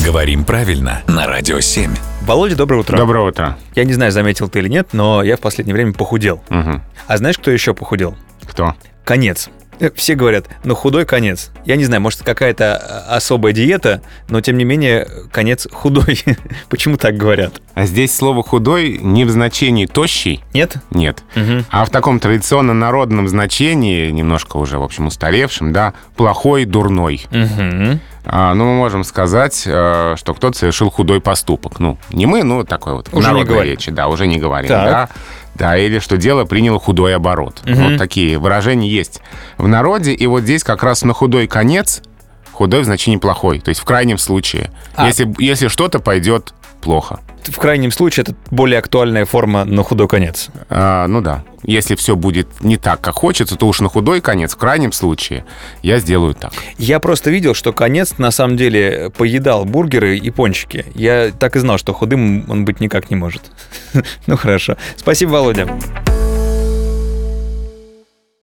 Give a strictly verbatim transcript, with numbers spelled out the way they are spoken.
Говорим правильно на Радио семь. Володя, доброе утро. Доброе утро. Я не знаю, заметил ты или нет, но я в последнее время похудел. Угу. А знаешь, кто еще похудел? Кто? Конец. Все говорят, ну худой конец. Я не знаю, может, какая-то особая диета, но тем не менее конец худой. Почему так говорят? А здесь слово «худой» не в значении «тощий». Нет? Нет. Угу. А в таком традиционно-народном значении, немножко уже, в общем, устаревшем, да, плохой, дурной. Угу. А, ну, мы можем сказать, э, что кто-то совершил худой поступок. Ну, не мы, но такой вот в Уже не народной говорим. речи. Да, уже не говорим. Так. Да. Да, или что дело приняло худой оборот. Угу. Вот такие выражения есть в народе. И вот здесь как раз на худой конец, худой в значении плохой. То есть в крайнем случае, А. если, если что-то пойдет плохо. В крайнем случае, это более актуальная форма на худой конец. А, ну да. Если все будет не так, как хочется, то уж на худой конец, в крайнем случае, я сделаю так. Я просто видел, что конец на самом деле поедал бургеры и пончики. Я так и знал, что худым он быть никак не может. Ну хорошо. Спасибо, Володя.